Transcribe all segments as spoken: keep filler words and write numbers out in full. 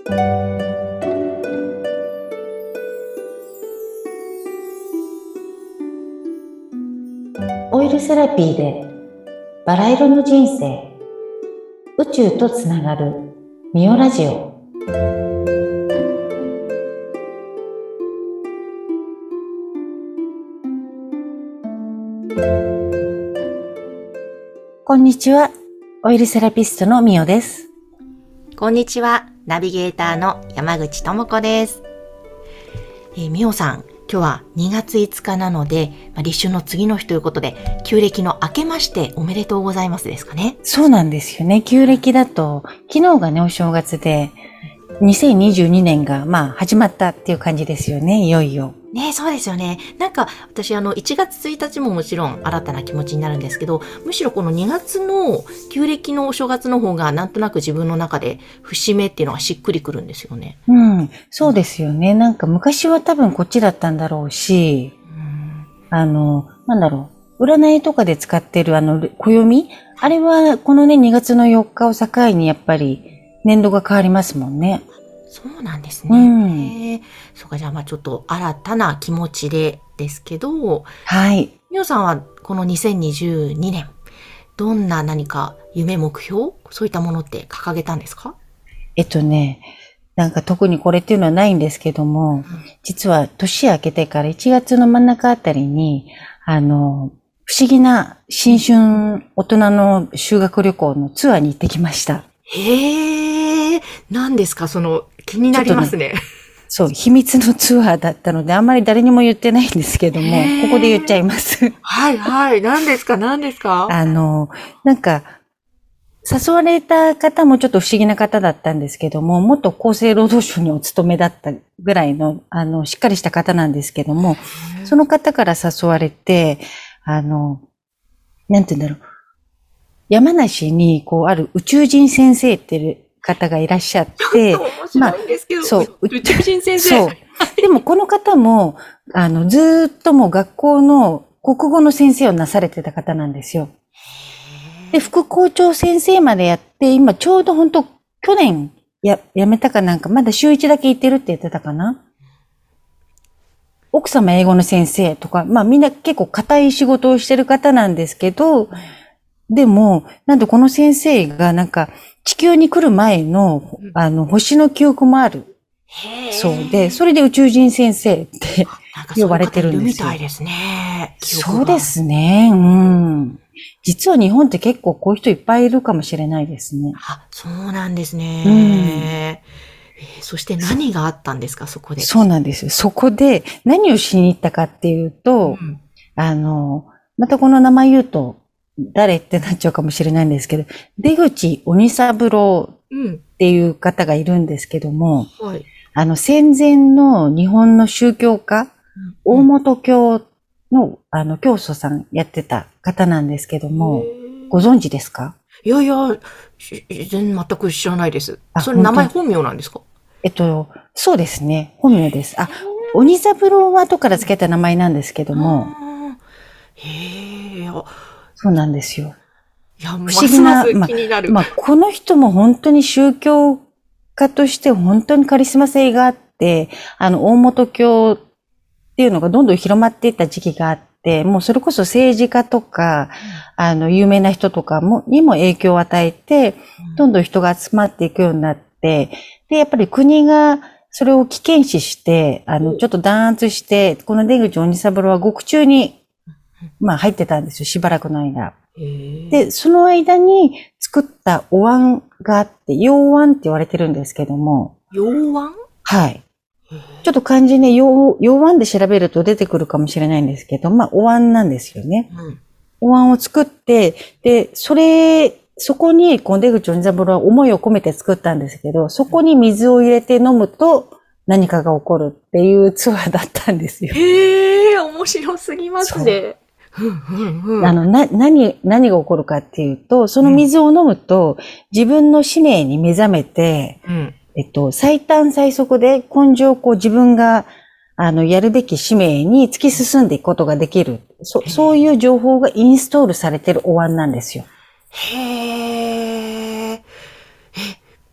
オイルセラピーでバラ色の人生、宇宙とつながるミオラジオ。こんにちは、オイルセラピストのミオです。 こんにちは、ナビゲーターの山口智子です。えー、ミオさん、今日はにがついつかなので、まあ、立春の次の日ということで、旧暦の明けましておめでとうございますですかね。 そうなんですよね。旧暦だと、昨日がね、お正月で、にせんにじゅうにねんが、まあ、始まったっていう感じですよね、いよいよ。 ねえ、そうですよね。なんか、私、あの、いちがつついたちももちろん新たな気持ちになるんですけど、むしろこのにがつの旧暦のお正月の方が、なんとなく自分の中で節目っていうのがしっくりくるんですよね。 うん、そうですよね。なんか昔は多分こっちだったんだろうし、うん、あの、なんだろう、占いとかで使ってるあの、暦、あれはこのね、にがつのよっかを境にやっぱり年度が変わりますもんね。 そうなんですね。うん、そうか、じゃあまあちょっと新たな気持ちでですけど、 はい。 みおさんはこのにせんにじゅうにねん、どんな何か夢目標、そういったものって掲げたんですか？ えっとね、なんか特にこれっていうのはないんですけども、うん、実は年明けてからいちがつの真ん中あたりに、あの、不思議な新春大人の修学旅行のツアーに行ってきました。 へー、何ですかその、気になりますね。 ねそう、秘密のツアーだったので、あんまり誰にも言ってないんですけども、ここで言っちゃいます。 はいはい。何ですか何ですかあの、なんか、誘われた方もちょっと不思議な方だったんですけども、元厚生労働省にお勤めだったぐらいの、あの、しっかりした方なんですけども、その方から誘われて、あの、なんて言うんだろう。山梨に、こう、ある宇宙人先生っていう方がいらっしゃって、 まあ、そう、宇宙人先生。 そう。でもこの方も、あの、ずーっともう学校の国語の先生をなされてた方なんですよ。で、副校長先生までやって、今ちょうど本当去年や、辞めたかなんか、まだ週一だけ行ってるって言ってたかな。奥様英語の先生とか、まあみんな結構固い仕事をしてる方なんですけど、でも、なんとこの先生がなんか地球に来る前の、あの、星の記憶もある。そうで、それで宇宙人先生って呼ばれてるんですよ。 みたいですね。 そうですね。うん。実は日本って結構こういう人いっぱいいるかもしれないですね。 あ、そうなんですね。うんえー、そして何があったんですか、そこで。 そうなんですよ。そこで何をしに行ったかっていうと、うん、あの、またこの名前言うと誰ってなっちゃうかもしれないんですけど、出口鬼三郎っていう方がいるんですけども、うんはい、あの戦前の日本の宗教家、うん、大本教の、あの、教祖さんやってた方なんですけども、ご存知ですか？ いやいや、全全く知らないです。それ名前本名なんですか？ えっと、そうですね。本名です。あ、鬼三郎は後から付けた名前なんですけども。 へえ。 そうなんですよ。 いや、不思議な、ますます気になる。 まあ、まあ、この人も本当に宗教家として本当にカリスマ性があって、あの、大本教っていうのがどんどん広まっていった時期があって、もうそれこそ政治家とか、うん、あの、有名な人とかも、にも影響を与えて、どんどん人が集まっていくようになって、で、やっぱり国がそれを危険視して、あの、ちょっと弾圧して、この出口鬼三郎は獄中に、まあ入ってたんですよ、しばらくの間。で、その間に作ったお椀があって、陽椀って言われてるんですけども。 陽椀？ はい。ちょっと漢字ね、陽、陽椀で調べると出てくるかもしれないんですけど、まあ、お椀なんですよね。うん、お椀を作って、で、それ、そこに、この出口鬼三郎は思いを込めて作ったんですけど、そこに水を入れて飲むと何かが起こるっていうツアーだったんですよ。 へー、面白すぎますね。 あの、な、何、何が起こるかっていうと、その水を飲むと、自分の使命に目覚めて、うんえっと、最短最速で根性をこう自分が、あの、やるべき使命に突き進んでいくことができる。そ、そういう情報がインストールされてるお椀なんですよ。 へー。え、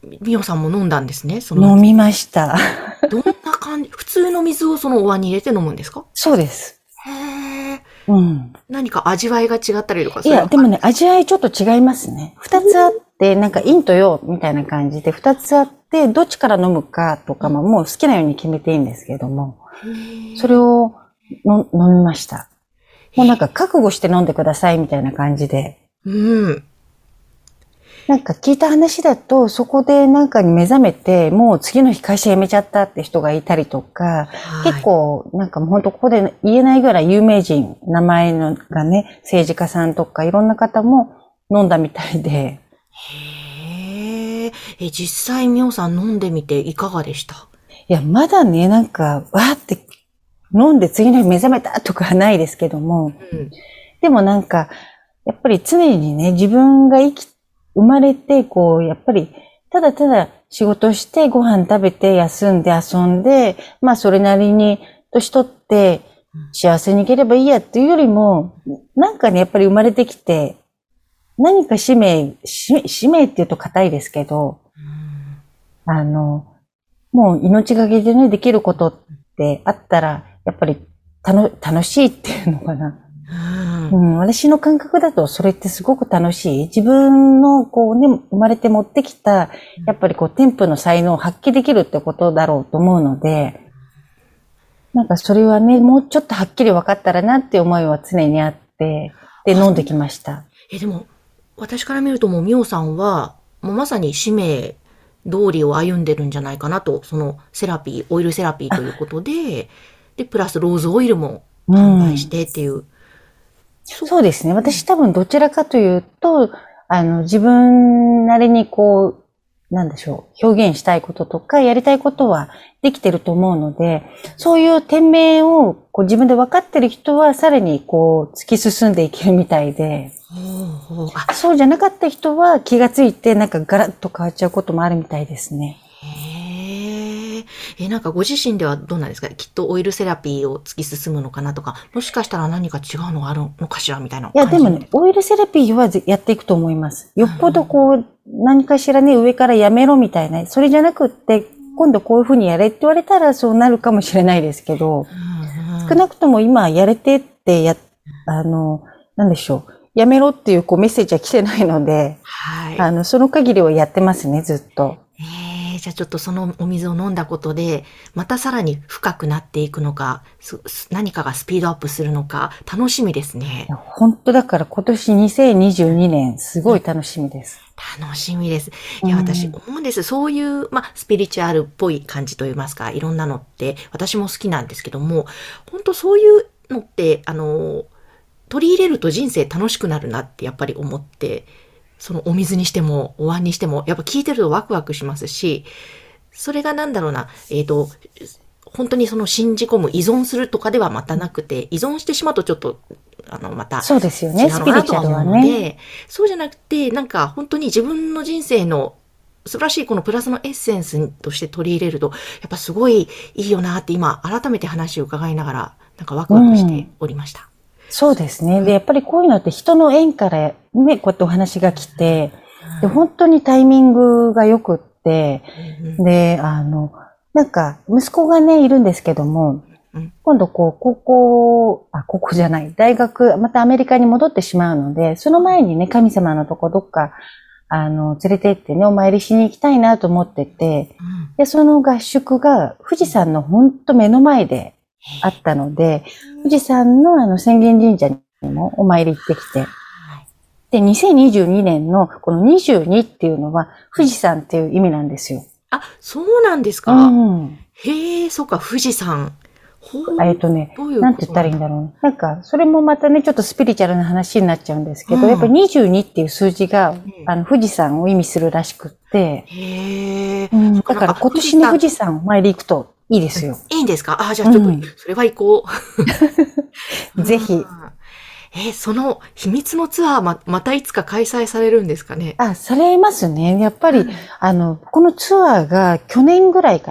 みおさんも飲んだんですね、その。 飲みました。 どんな感じ、普通の水をそのお椀に入れて飲むんですか？ そうです。 へー。 うん。 何か味わいが違ったりとかいや、でもね、味わいちょっと違いますね。二つあって、なんか陰と陽みたいな感じで、二つあって、どっちから飲むかとかももう好きなように決めていいんですけれども、それをの飲みました。もうなんか覚悟して飲んでくださいみたいな感じで。 うん。 なんか聞いた話だと、そこでなんかに目覚めて、もう次の日会社辞めちゃったって人がいたりとか、 はい、 結構なんかもう本当ここで言えないぐらい有名人、名前のがね、政治家さんとかいろんな方も飲んだみたいで。 へー。え、実際みおさん飲んでみていかがでした？ いや、まだね、なんか、わーって飲んで次の日目覚めたとかはないですけども、うん、でもなんか、やっぱり常にね、自分が生き生まれて、こう、やっぱり、ただただ仕事してご飯食べて休んで遊んで、まあそれなりに年取って幸せに生きればいいやっていうよりも、なんかね、やっぱり生まれてきて、何か使命、使命って言うと硬いですけど、あの、もう命がけでね、できることってあったら、やっぱり楽、楽しいっていうのかな。うん、私の感覚だとそれってすごく楽しい。自分のこうね、生まれて持ってきた、やっぱりこう天賦の才能を発揮できるってことだろうと思うので、なんかそれはね、もうちょっとはっきり分かったらなっていう思いは常にあって、で、飲んできました。 え、でも、私から見るともうみおさんは、もうまさに使命通りを歩んでるんじゃないかなと、そのセラピー、オイルセラピーということで、で、プラスローズオイルも販売してっていう。うんそうですね。私多分どちらかというと、あの、自分なりにこう、なんでしょう、表現したいこととか、やりたいことはできてると思うので、そういう店名をこう自分で分かってる人はさらにこう突き進んでいけるみたいで、ほうほうあそうじゃなかった人は気がついてなんかガラッと変わっちゃうこともあるみたいですね。 へえ、え、なんかご自身ではどうなんですか？きっとオイルセラピーを突き進むのかなとか、もしかしたら何か違うのがあるのかしらみたいな。 いや、でもね、オイルセラピーはやっていくと思います。よっぽどこう、何かしらね、上からやめろみたいな、それじゃなくって、今度こういうふうにやれって言われたらそうなるかもしれないですけど、少なくとも今やれてってや、あの、なんでしょう。やめろっていうこうメッセージは来てないので、はい、あの、その限りをやってますね、ずっと。 えー、じゃあちょっとそのお水を飲んだことで、またさらに深くなっていくのか、何かがスピードアップするのか、楽しみですね。 本当だから今年にせんにじゅうにねん、すごい楽しみです。 楽しみです。いや、私思うんです。そういう、まあ、スピリチュアルっぽい感じといいますか、いろんなのって、私も好きなんですけども、本当そういうのって、あの、取り入れると人生楽しくなるなってやっぱり思って、そのお水にしてもお椀にしてもやっぱ聞いてるとワクワクしますし、それがなんだろうな、えっと、本当にその信じ込む依存するとかではまたなくて、依存してしまうとちょっと、あの、また、 そうですよね、スピリチュアルはね。 そうじゃなくて、なんか本当に自分の人生の素晴らしいこのプラスのエッセンスとして取り入れると、やっぱすごいいいよなって今改めて話を伺いながら、なんかワクワクしておりました。うん、 そうですね。で、やっぱりこういうのって人の縁からね、こうやってお話が来て、で、本当にタイミングが良くって、で、あの、なんか、息子がね、いるんですけども、今度こう、高校、あ、高校じゃない、大学、またアメリカに戻ってしまうので、その前にね、神様のとこどっか、あの、連れて行ってね、お参りしに行きたいなと思ってて、で、その合宿が富士山のほんと目の前であったので、富士山のあの、浅間神社にもお参り行ってきて、で、にせんにじゅうにねんのこのにじゅうにっていうのは富士山っていう意味なんですよ。 あ、そうなんですか。うん、へえ、そうか、富士山。 えっとね、なんて言ったらいいんだろう。なんか、それもまたね、ちょっとスピリチュアルな話になっちゃうんですけど、うん、やっぱりにじゅうにっていう数字が、うん、あの、富士山を意味するらしくって、へうん、だから今年ね、富士山参り行くといいですよ。 いいんですか？あ、じゃあちょっと、それは行こう。ぜひ。 えー、その秘密のツアーま、またいつか開催されるんですかね？ あ、されますね。やっぱり、うん、あの、このツアーが去年ぐらいから、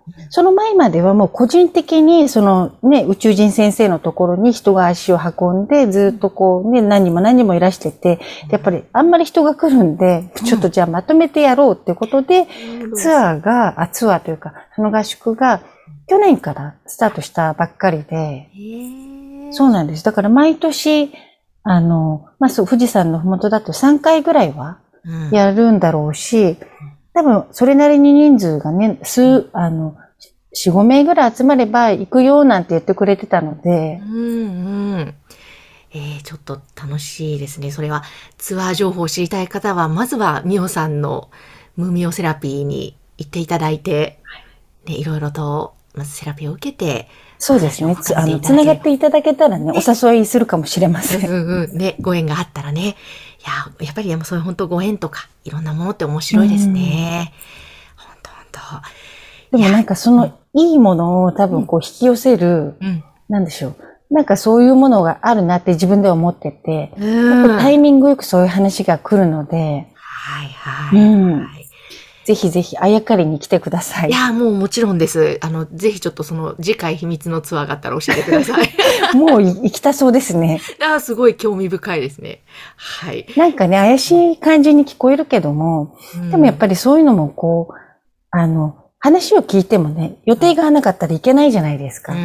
その前まではもう個人的にそのね、宇宙人先生のところに人が足を運んで、ずっとこうね、何人も何人もいらしてて、やっぱりあんまり人が来るんで、ちょっとじゃあまとめてやろうってことで、ツアーが、あ、ツアーというか、その合宿が去年からスタートしたばっかりで、そうなんです。だから毎年、あの、まあ、そう、富士山のふもとだとさんかいぐらいはやるんだろうし、多分、それなりに人数がね、数、あの、よん、ごめいぐらい集まれば行くよなんて言ってくれてたので。 うんうん。えー、ちょっと楽しいですね。それは、ツアー情報を知りたい方は、まずは、みおさんの無ミオセラピーに行っていただいて、ね、いろいろと、まずセラピーを受けて、 そうですね。つ、あの、つながっていただけたらね、ねお誘いするかもしれません。 うんうん。ね、ご縁があったらね。いや、やっぱりでもそういう本当ご縁とか、いろんなものって面白いですね。本当本当。でもなんかその、いいものを多分こう引き寄せる、うん、なんでしょう。なんかそういうものがあるなって自分では思ってて、やっぱタイミングよくそういう話が来るので、 はいはい、 うん。ぜひぜひあやかりに来てください。 いや、もうもちろんです。あの、ぜひちょっとその次回秘密のツアーがあったら教えてください。 もう行きたそうですね。 あ、すごい興味深いですね。はい。 なんかね、怪しい感じに聞こえるけども、うん、でもやっぱりそういうのもこう、あの、話を聞いてもね、予定がなかったらいけないじゃないですか。うん、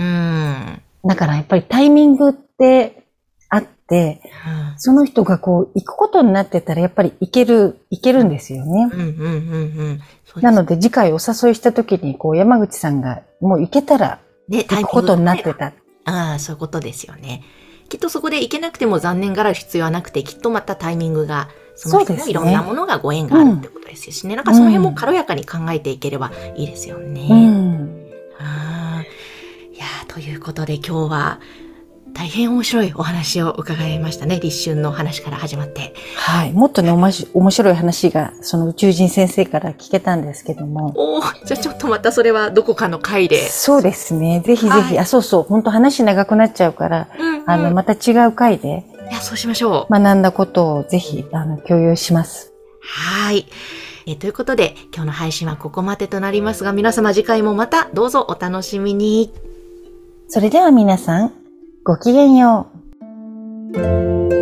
だからやっぱりタイミングってあって、うん、その人がこう行くことになってたらやっぱり行ける、行けるんですよね。 うんうんうんうんなので次回お誘いした時にこう山口さんがもう行けたら行くことになってた。 ね、ああ、そういうことですよね。きっとそこで行けなくても残念がらう必要はなくて、きっとまたタイミングが、その人のいろんなものがご縁があるってことですしね。うん、なんかその辺も軽やかに考えていければいいですよね。うん、あいやということで今日は大変面白いお話を伺いましたね。立春の話から始まって。 はい。もっとね、おもし、面白い話が、その宇宙人先生から聞けたんですけども。 おー、じゃあちょっとまたそれはどこかの回で。 そうですね。ぜひぜひ、はい、あ、そうそう。本当話長くなっちゃうから、うんうん、あの、また違う回で。 いや、そうしましょう。学んだことをぜひ、あの、共有します。 はい。えということで、今日の配信はここまでとなりますが、皆様次回もまたどうぞお楽しみに。 それでは皆さん、ごきげんよう。